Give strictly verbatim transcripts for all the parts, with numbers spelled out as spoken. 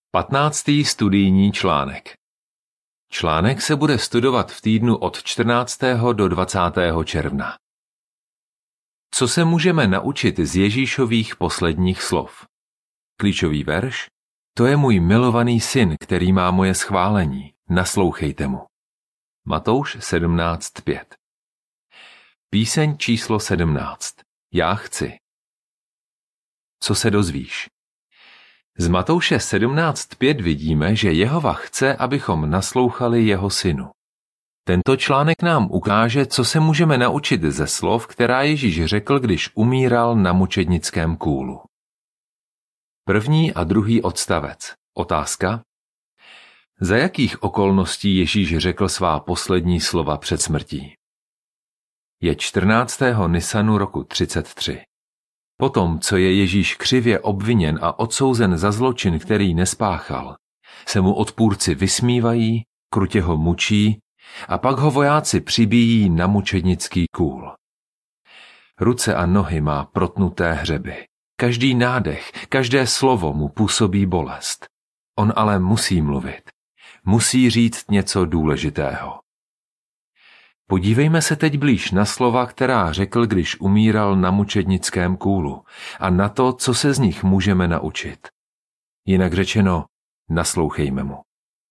Patnáctý studijní článek. Článek se bude studovat v týdnu od čtrnáctého do dvacátého června. Co se můžeme naučit z Ježíšových posledních slov? Klíčový verš: To je můj milovaný syn, který má moje schválení. Naslouchejte mu. Matouš sedmnáct pět. Píseň číslo sedmnáct. Já chci. Co se dozvíš? Z Matouše sedmnáct pět vidíme, že Jehova chce, abychom naslouchali jeho synu. Tento článek nám ukáže, co se můžeme naučit ze slov, která Ježíš řekl, když umíral na mučednickém kůlu. První a druhý odstavec. Otázka: Za jakých okolností Ježíš řekl svá poslední slova před smrtí? Je čtrnáctého Nisanu roku třicet tři. Potom, co je Ježíš křivě obviněn a odsouzen za zločin, který nespáchal, se mu odpůrci vysmívají, krutě ho mučí a pak ho vojáci přibíjí na mučednický kůl. Ruce a nohy má protnuté hřeby. Každý nádech, každé slovo mu působí bolest. On ale musí mluvit. Musí říct něco důležitého. Podívejme se teď blíž na slova, která řekl, když umíral na mučednickém kůlu, a na to, co se z nich můžeme naučit. Jinak řečeno, naslouchejme mu.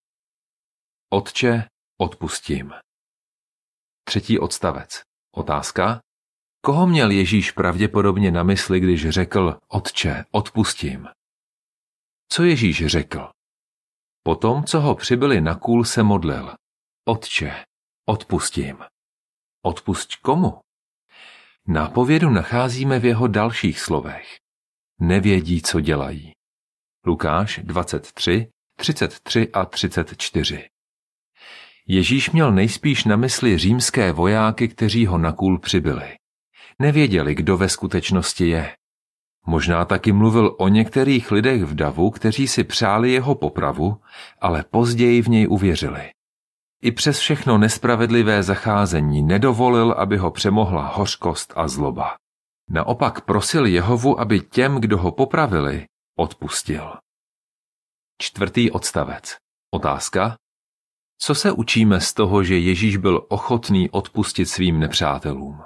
Otče, odpustím. Třetí odstavec. Otázka: Koho měl Ježíš pravděpodobně na mysli, když řekl Otče, odpustím? Co Ježíš řekl? Potom, co ho přibili na kůl, se modlil: Otče, odpustím. Odpusť komu? Nápovědu nacházíme v jeho dalších slovech. Nevědí, co dělají. Lukáš dvacet tři, třicet tři a třicet čtyři. Ježíš měl nejspíš na mysli římské vojáky, kteří ho na kůl přibili. Nevěděli, kdo ve skutečnosti je. Možná taky mluvil o některých lidech v davu, kteří si přáli jeho popravu, ale později v něj uvěřili. I přes všechno nespravedlivé zacházení nedovolil, aby ho přemohla hořkost a zloba. Naopak prosil Jehovu, aby těm, kdo ho popravili, odpustil. Čtvrtý odstavec. Otázka: Co se učíme z toho, že Ježíš byl ochotný odpustit svým nepřátelům?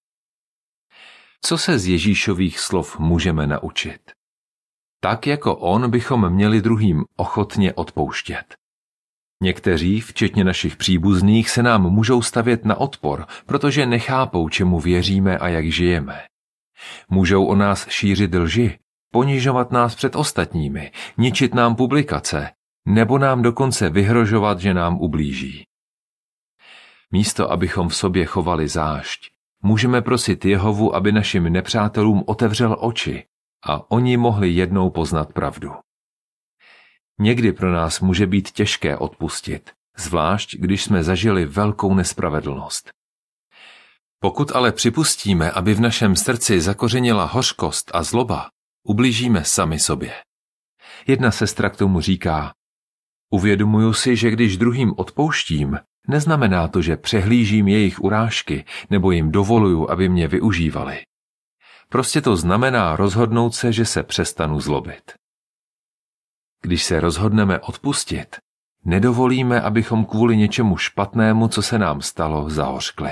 Co se z Ježíšových slov můžeme naučit? Tak jako on bychom měli druhým ochotně odpouštět. Někteří, včetně našich příbuzných, se nám můžou stavět na odpor, protože nechápou, čemu věříme a jak žijeme. Můžou o nás šířit lži, ponižovat nás před ostatními, ničit nám publikace, nebo nám dokonce vyhrožovat, že nám ublíží. Místo, abychom v sobě chovali zášť, můžeme prosit Jehovu, aby našim nepřátelům otevřel oči a oni mohli jednou poznat pravdu. Někdy pro nás může být těžké odpustit, zvlášť když jsme zažili velkou nespravedlnost. Pokud ale připustíme, aby v našem srdci zakořenila hořkost a zloba, ublížíme sami sobě. Jedna sestra k tomu říká: Uvědomuju si, že když druhým odpouštím, neznamená to, že přehlížím jejich urážky nebo jim dovoluju, aby mě využívali. Prostě to znamená rozhodnout se, že se přestanu zlobit. Když se rozhodneme odpustit, nedovolíme, abychom kvůli něčemu špatnému, co se nám stalo, zahořkli.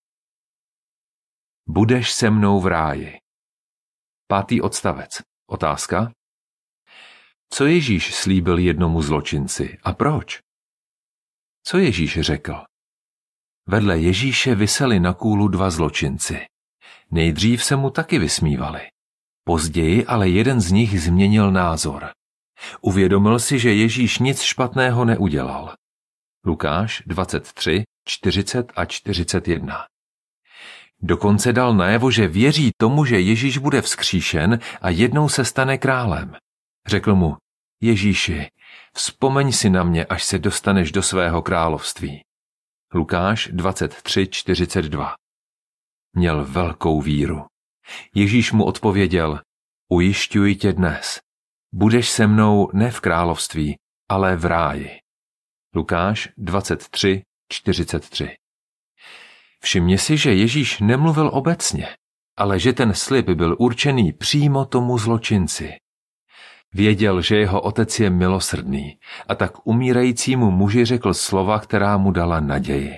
Budeš se mnou v ráji. Pátý odstavec. Otázka: Co Ježíš slíbil jednomu zločinci a proč? Co Ježíš řekl? Vedle Ježíše viseli na kůlu dva zločinci. Nejdřív se mu taky vysmívali. Později ale jeden z nich změnil názor. Uvědomil si, že Ježíš nic špatného neudělal. Lukáš dvacet tři, čtyřicet a čtyřicet jedna. Dokonce dal najevo, že věří tomu, že Ježíš bude vzkříšen a jednou se stane králem. Řekl mu: Ježíši, vzpomeň si na mě, až se dostaneš do svého království. Lukáš dvacet tři, čtyřicet dva. Měl velkou víru. Ježíš mu odpověděl: Ujišťuji tě dnes. Budeš se mnou ne v království, ale v ráji. Lukáš dvacet tři, čtyřicet tři. Všimni si, že Ježíš nemluvil obecně, ale že ten slib byl určený přímo tomu zločinci. Věděl, že jeho otec je milosrdný a tak umírajícímu muži řekl slova, která mu dala naději.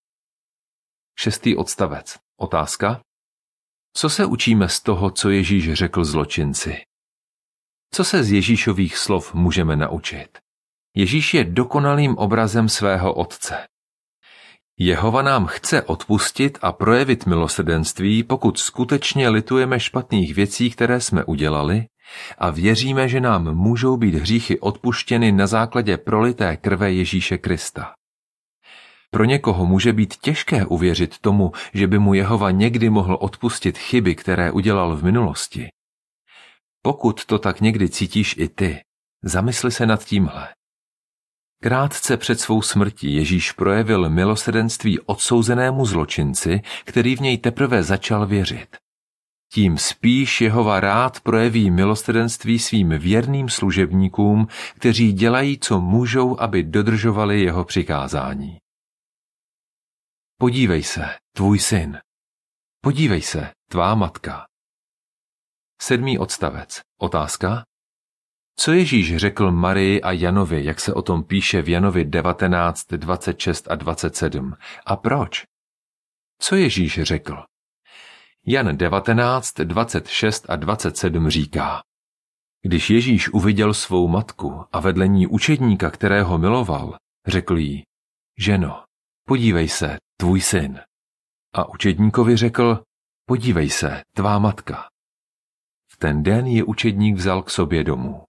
Šestý odstavec. Otázka. Co se učíme z toho, co Ježíš řekl zločinci? Co se z Ježíšových slov můžeme naučit? Ježíš je dokonalým obrazem svého otce. Jehova nám chce odpustit a projevit milosrdenství, pokud skutečně litujeme špatných věcí, které jsme udělali, a věříme, že nám můžou být hříchy odpuštěny na základě prolité krve Ježíše Krista. Pro někoho může být těžké uvěřit tomu, že by mu Jehova někdy mohl odpustit chyby, které udělal v minulosti. Pokud to tak někdy cítíš i ty, zamysli se nad tímhle. Krátce před svou smrtí Ježíš projevil milosrdenství odsouzenému zločinci, který v něj teprve začal věřit. Tím spíš Jehova rád projeví milosrdenství svým věrným služebníkům, kteří dělají, co můžou, aby dodržovali jeho přikázání. Podívej se, tvůj syn. Podívej se, tvá matka. Sedmý odstavec. Otázka. Co Ježíš řekl Marii a Janovi, jak se o tom píše v Janovi devatenáct, dvacet šest a dvacet sedm? A proč? Co Ježíš řekl? Jan devatenáct, dvacet šest a dvacet sedm říká: Když Ježíš uviděl svou matku a vedle ní učedníka, kterého miloval, řekl jí: Ženo, podívej se, tvůj syn. A učedníkovi řekl: Podívej se, tvá matka. V ten den ji učedník vzal k sobě domů.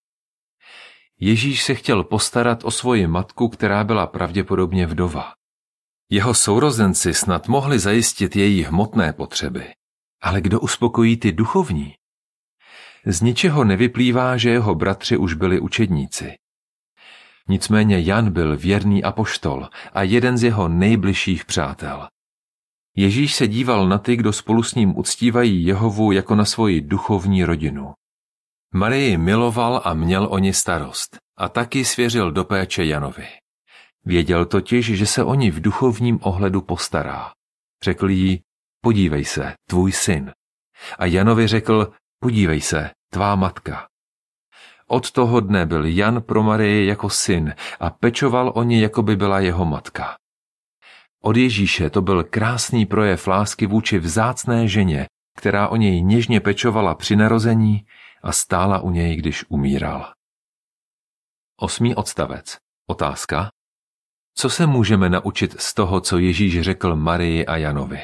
Ježíš se chtěl postarat o svoji matku, která byla pravděpodobně vdova. Jeho sourozenci snad mohli zajistit její hmotné potřeby, ale kdo uspokojí ty duchovní? Z ničeho nevyplývá, že jeho bratři už byli učedníci. Nicméně Jan byl věrný apoštol a jeden z jeho nejbližších přátel. Ježíš se díval na ty, kdo spolu s ním uctívají Jehovu, jako na svoji duchovní rodinu. Marii miloval a měl o ni starost a taky svěřil do péče Janovi. Věděl totiž, že se o ní v duchovním ohledu postará. Řekl jí: Podívej se, tvůj syn. A Janovi řekl: Podívej se, tvá matka. Od toho dne byl Jan pro Marii jako syn a pečoval o ní, jako by byla jeho matka. Od Ježíše to byl krásný projev lásky vůči vzácné ženě, která o něj něžně pečovala při narození a stála u něj, když umíral. Osmý odstavec. Otázka. Co se můžeme naučit z toho, co Ježíš řekl Marii a Janovi?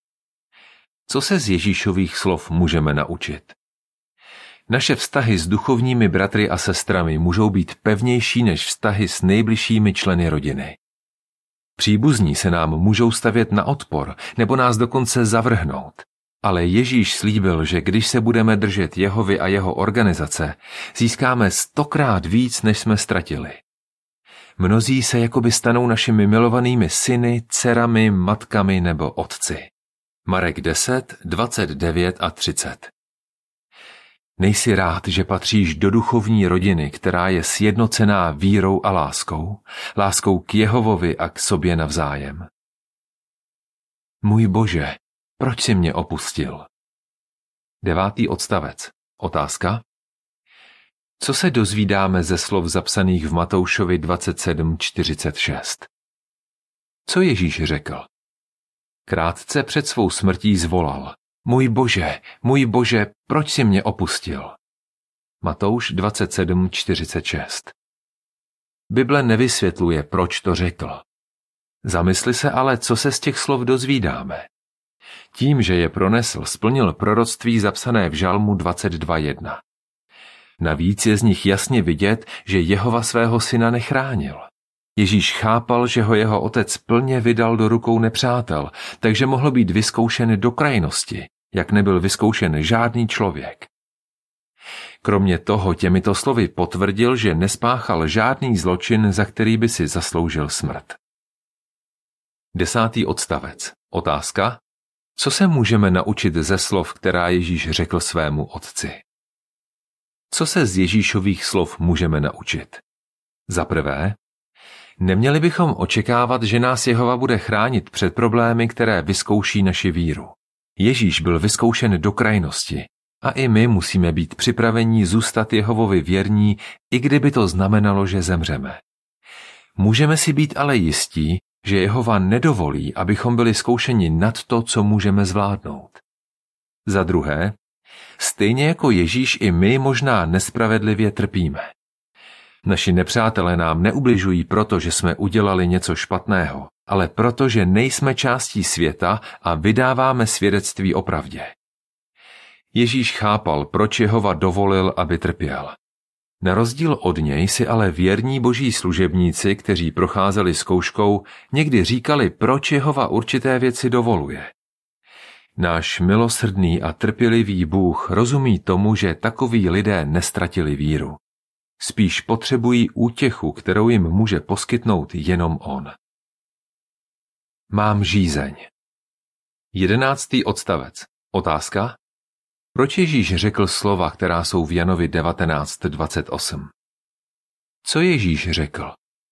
Co se z Ježíšových slov můžeme naučit? Naše vztahy s duchovními bratry a sestrami můžou být pevnější než vztahy s nejbližšími členy rodiny. Příbuzní se nám můžou stavět na odpor nebo nás dokonce zavrhnout, ale Ježíš slíbil, že když se budeme držet Jehovy a jeho organizace, získáme stokrát víc, než jsme ztratili. Mnozí se jakoby stanou našimi milovanými syny, dcerami, matkami nebo otci. Marek deset, dvacet devět a třicet. Nejsi rád, že patříš do duchovní rodiny, která je sjednocená vírou a láskou, láskou k Jehovovi a k sobě navzájem? Můj Bože, proč jsi mě opustil? Devátý odstavec. Otázka. Co se dozvídáme ze slov zapsaných v Matoušovi dvacet sedm čtyřicet šest? Co Ježíš řekl? Krátce před svou smrtí zvolal: Můj Bože, můj Bože, proč jsi mě opustil? Matouš dvacet sedm čtyřicet šest. Bible nevysvětluje, proč to řekl. Zamysli se ale, co se z těch slov dozvídáme. Tím, že je pronesl, splnil proroctví zapsané v Žalmu dvacet dva jedna. Navíc je z nich jasně vidět, že Jehova svého syna nechránil. Ježíš chápal, že ho jeho otec plně vydal do rukou nepřátel, takže mohl být vyzkoušen do krajnosti, jak nebyl vyzkoušen žádný člověk. Kromě toho těmito slovy potvrdil, že nespáchal žádný zločin, za který by si zasloužil smrt. Desátý odstavec. Otázka. Co se můžeme naučit ze slov, která Ježíš řekl svému otci? Co se z Ježíšových slov můžeme naučit? Za prvé, neměli bychom očekávat, že nás Jehova bude chránit před problémy, které vyzkouší naši víru. Ježíš byl vyzkoušen do krajnosti A i my musíme být připraveni zůstat Jehovovi věrní, i kdyby to znamenalo, že zemřeme. Můžeme si být ale jistí, že Jehova nedovolí, abychom byli zkoušeni nad to, co můžeme zvládnout. Za druhé, stejně jako Ježíš i my možná nespravedlivě trpíme. Naši nepřátelé nám neubližují proto, že jsme udělali něco špatného, ale proto, že nejsme částí světa a vydáváme svědectví o pravdě. Ježíš chápal, proč Jehova dovolil, aby trpěl. Na rozdíl od něj si ale věrní boží služebníci, kteří procházeli zkouškou, někdy říkali, proč Jehova určité věci dovoluje. Náš milosrdný a trpělivý Bůh rozumí tomu, že takoví lidé nestratili víru. Spíš potřebují útěchu, kterou jim může poskytnout jenom on. Mám žízeň. Jedenáctý odstavec. Otázka? Proč Ježíš řekl slova, která jsou v Janovi devatenáct dvacet osm? Co Ježíš řekl?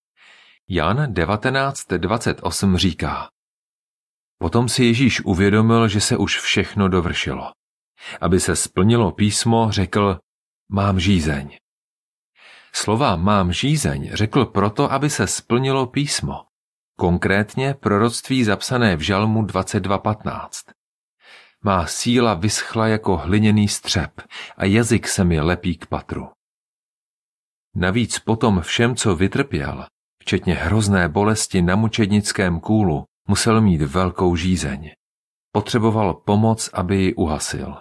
Jan devatenáct dvacet osm říká: Potom si Ježíš uvědomil, že se už všechno dovršilo. Aby se splnilo písmo, řekl: Mám žízeň. Slova mám žízeň řekl proto, aby se splnilo písmo. Konkrétně proroctví zapsané v Žalmu dvacet dva patnáct. Má síla vyschla jako hliněný střep a jazyk se mi lepí k patru. Navíc potom všem, co vytrpěl, včetně hrozné bolesti na mučednickém kůlu, musel mít velkou žízeň. Potřeboval pomoc, aby ji uhasil.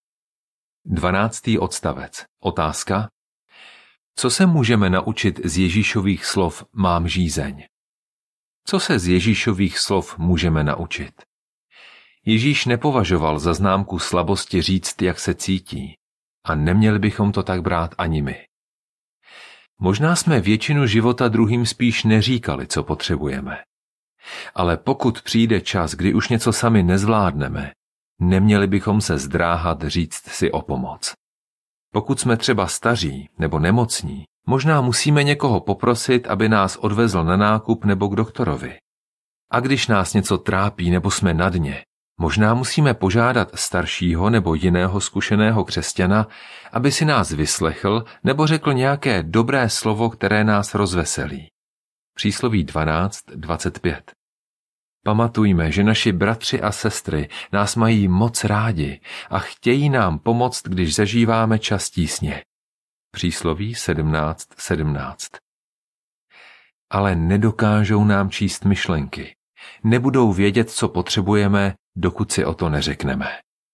Dvanáctý odstavec. Otázka? Co se můžeme naučit z Ježíšových slov mám žízeň? Co se z Ježíšových slov můžeme naučit? Ježíš nepovažoval za známku slabosti říct, jak se cítí, a neměli bychom to tak brát ani my. Možná jsme většinu života druhým spíš neříkali, co potřebujeme. Ale pokud přijde čas, kdy už něco sami nezvládneme, neměli bychom se zdráhat říct si o pomoc. Pokud jsme třeba staří nebo nemocní, možná musíme někoho poprosit, aby nás odvezl na nákup nebo k doktorovi. A když nás něco trápí nebo jsme na dně, možná musíme požádat staršího nebo jiného zkušeného křesťana, aby si nás vyslechl nebo řekl nějaké dobré slovo, které nás rozveselí. Přísloví dvanáct dvacet pět. Pamatujme, že naši bratři a sestry nás mají moc rádi a chtějí nám pomoct, když zažíváme čas tísně. Přísloví sedmnáct sedmnáct. Ale nedokážou nám číst myšlenky. Nebudou vědět, co potřebujeme, dokud si o to neřekneme.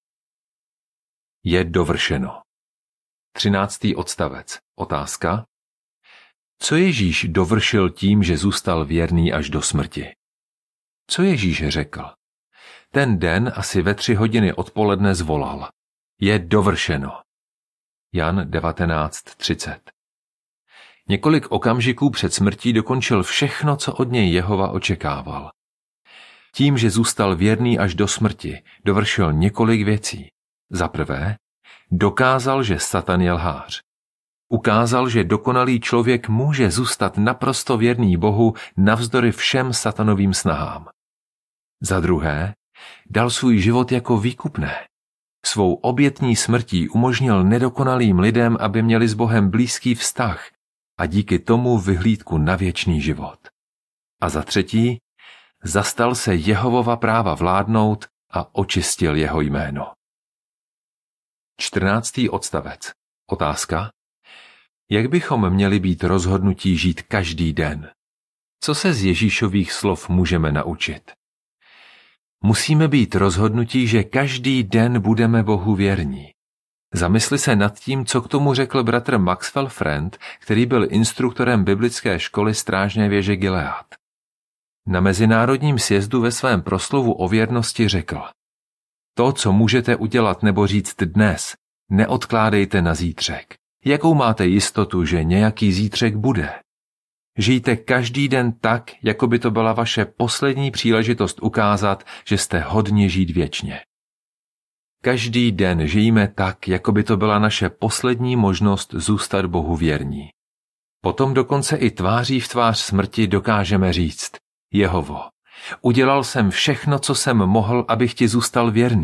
Je dovršeno. Třináctý odstavec. Otázka? Co Ježíš dovršil tím, že zůstal věrný až do smrti? Co Ježíš řekl? Ten den asi ve tři hodiny odpoledne zvolal: Je dovršeno. Jan devatenáct třicet. Několik okamžiků před smrtí dokončil všechno, co od něj Jehova očekával. Tím, že zůstal věrný až do smrti, dovršil několik věcí. Za prvé, dokázal, že Satan je lhář. Ukázal, že dokonalý člověk může zůstat naprosto věrný Bohu navzdory všem satanovým snahám. Za druhé, dal svůj život jako výkupné. Svou obětní smrtí umožnil nedokonalým lidem, aby měli s Bohem blízký vztah a díky tomu vyhlídku na věčný život. A za třetí, zastal se Jehovova práva vládnout a očistil jeho jméno. čtrnáctý odstavec. Otázka? Jak bychom měli být rozhodnutí žít každý den? Co se z Ježíšových slov můžeme naučit? Musíme být rozhodnutí, že každý den budeme Bohu věrní. Zamysli se nad tím, co k tomu řekl bratr Maxwell Friend, který byl instruktorem biblické školy Strážné věže Gilead. Na mezinárodním sjezdu ve svém proslovu o věrnosti řekl: To, co můžete udělat nebo říct dnes, neodkládejte na zítřek. Jakou máte jistotu, že nějaký zítřek bude? Žijte každý den tak, jako by to byla vaše poslední příležitost ukázat, že jste hodni žít věčně. Každý den žijeme tak, jako by to byla naše poslední možnost zůstat Bohu věrní. Potom dokonce i tváří v tvář smrti dokážeme říct: Jehovo, udělal jsem všechno, co jsem mohl, abych ti zůstal věrný.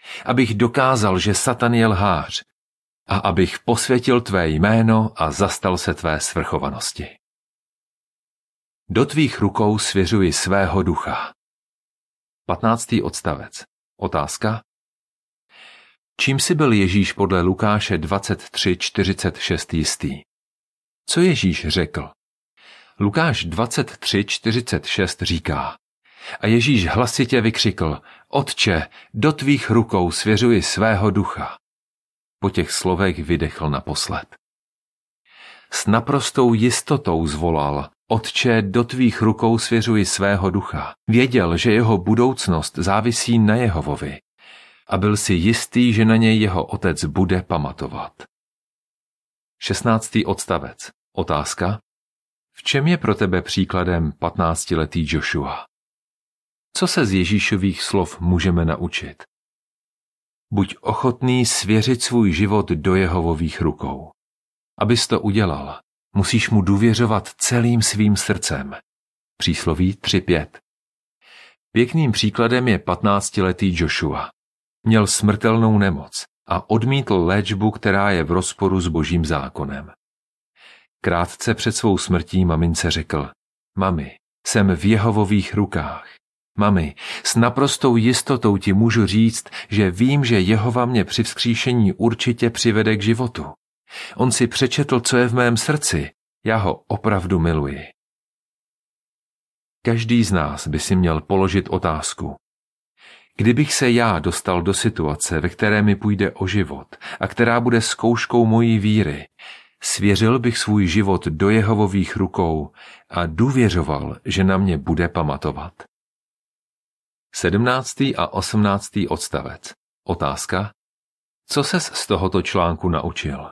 abych dokázal, že Satan je lhář a abych posvětil tvé jméno a zastal se tvé svrchovanosti. Do tvých rukou svěřuji svého ducha. patnáctý odstavec. Otázka. Čím si byl Ježíš podle Lukáše dvacet tři čtyřicet šest jistý? Co Ježíš řekl? Lukáš dvacet tři čtyřicet šest říká: A Ježíš hlasitě vykřikl: Otče, do tvých rukou svěřuji svého ducha. Po těch slovech vydechl naposled. S naprostou jistotou zvolal: Otče, do tvých rukou svěřuji svého ducha. Věděl, že jeho budoucnost závisí na Jehovovi a byl si jistý, že na něj jeho otec bude pamatovat. šestnáctý odstavec. Otázka. V čem je pro tebe příkladem patnáctiletý Joshua? Co se z Ježíšových slov můžeme naučit? Buď ochotný svěřit svůj život do Jehovových rukou. Abys to udělal, musíš mu důvěřovat celým svým srdcem. Přísloví tři pět. Pěkným příkladem je patnáctiletý Joshua. Měl smrtelnou nemoc a odmítl léčbu, která je v rozporu s Božím zákonem. Krátce před svou smrtí mamince řekl: Mami, jsem v Jehovových rukách. Mami, s naprostou jistotou ti můžu říct, že vím, že Jehova mě při vzkříšení určitě přivede k životu. On si přečetl, co je v mém srdci. Já ho opravdu miluji. Každý z nás by si měl položit otázku. Kdybych se já dostal do situace, ve které mi půjde o život a která bude zkouškou mojí víry, svěřil bych svůj život do Jehovových rukou a důvěřoval, že na mě bude pamatovat. sedmnáctý a osmnáctý odstavec. Otázka. Co ses z tohoto článku naučil?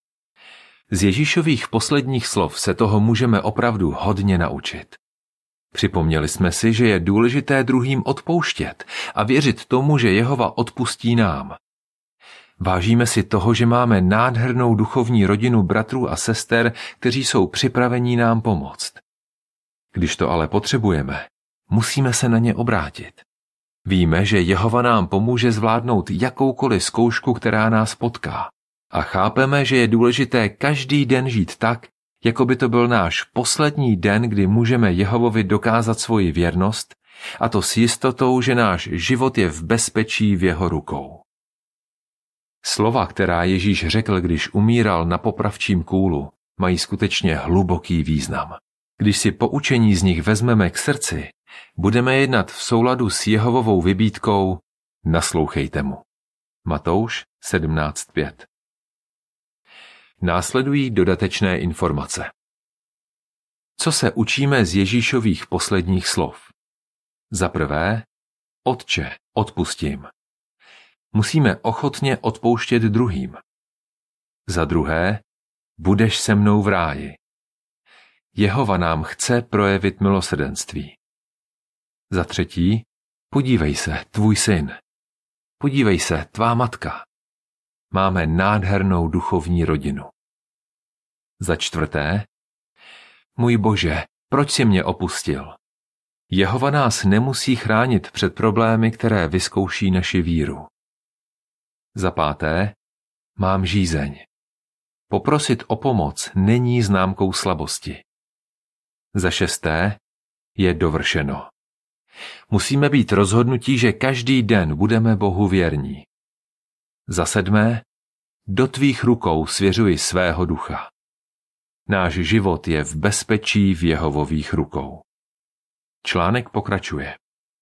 Z Ježíšových posledních slov se toho můžeme opravdu hodně naučit. Připomněli jsme si, že je důležité druhým odpouštět a věřit tomu, že Jehova odpustí nám. Vážíme si toho, že máme nádhernou duchovní rodinu bratrů a sester, kteří jsou připravení nám pomoct. Když to ale potřebujeme, musíme se na ně obrátit. Víme, že Jehova nám pomůže zvládnout jakoukoliv zkoušku, která nás potká. A chápeme, že je důležité každý den žít tak, jako by to byl náš poslední den, kdy můžeme Jehovovi dokázat svoji věrnost, a to s jistotou, že náš život je v bezpečí v jeho rukou. Slova, která Ježíš řekl, když umíral na popravčím kůlu, mají skutečně hluboký význam. Když si poučení z nich vezmeme k srdci, budeme jednat v souladu s Jehovovou vybídkou: naslouchejte mu. Matouš sedmnáct pět. Následují dodatečné informace. Co se učíme z Ježíšových posledních slov? Za prvé, Otče, odpustím. Musíme ochotně odpouštět druhým. Za druhé, budeš se mnou v ráji. Jehova nám chce projevit milosrdenství. Za třetí, podívej se, tvůj syn. Podívej se, tvá matka. Máme nádhernou duchovní rodinu. Za čtvrté, můj Bože, proč jsi mě opustil? Jehova nás nemusí chránit před problémy, které vyzkouší naši víru. Za páté, mám žízeň. Poprosit o pomoc není známkou slabosti. Za šesté, je dovršeno. Musíme být rozhodnutí, že každý den budeme Bohu věrní. Za sedmé, do tvých rukou svěřuji svého ducha. Náš život je v bezpečí v Jehovových rukou. Článek pokračuje.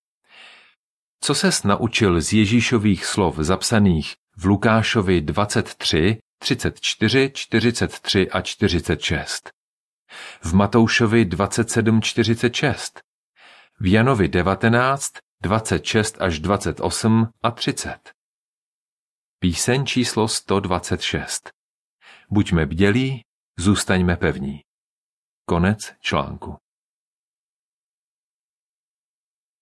Co ses naučil z Ježíšových slov zapsaných v Lukášovi dvacet tři, třicet čtyři, čtyřicet tři a čtyřicet šest? V Matoušovi dvacet sedm čtyřicet šest? V Janovi devatenáct, dvacet šest až dvacet osm a třicet? Píseň číslo sto dvacet šest. Buďme bdělí, zůstaňme pevní. Konec článku.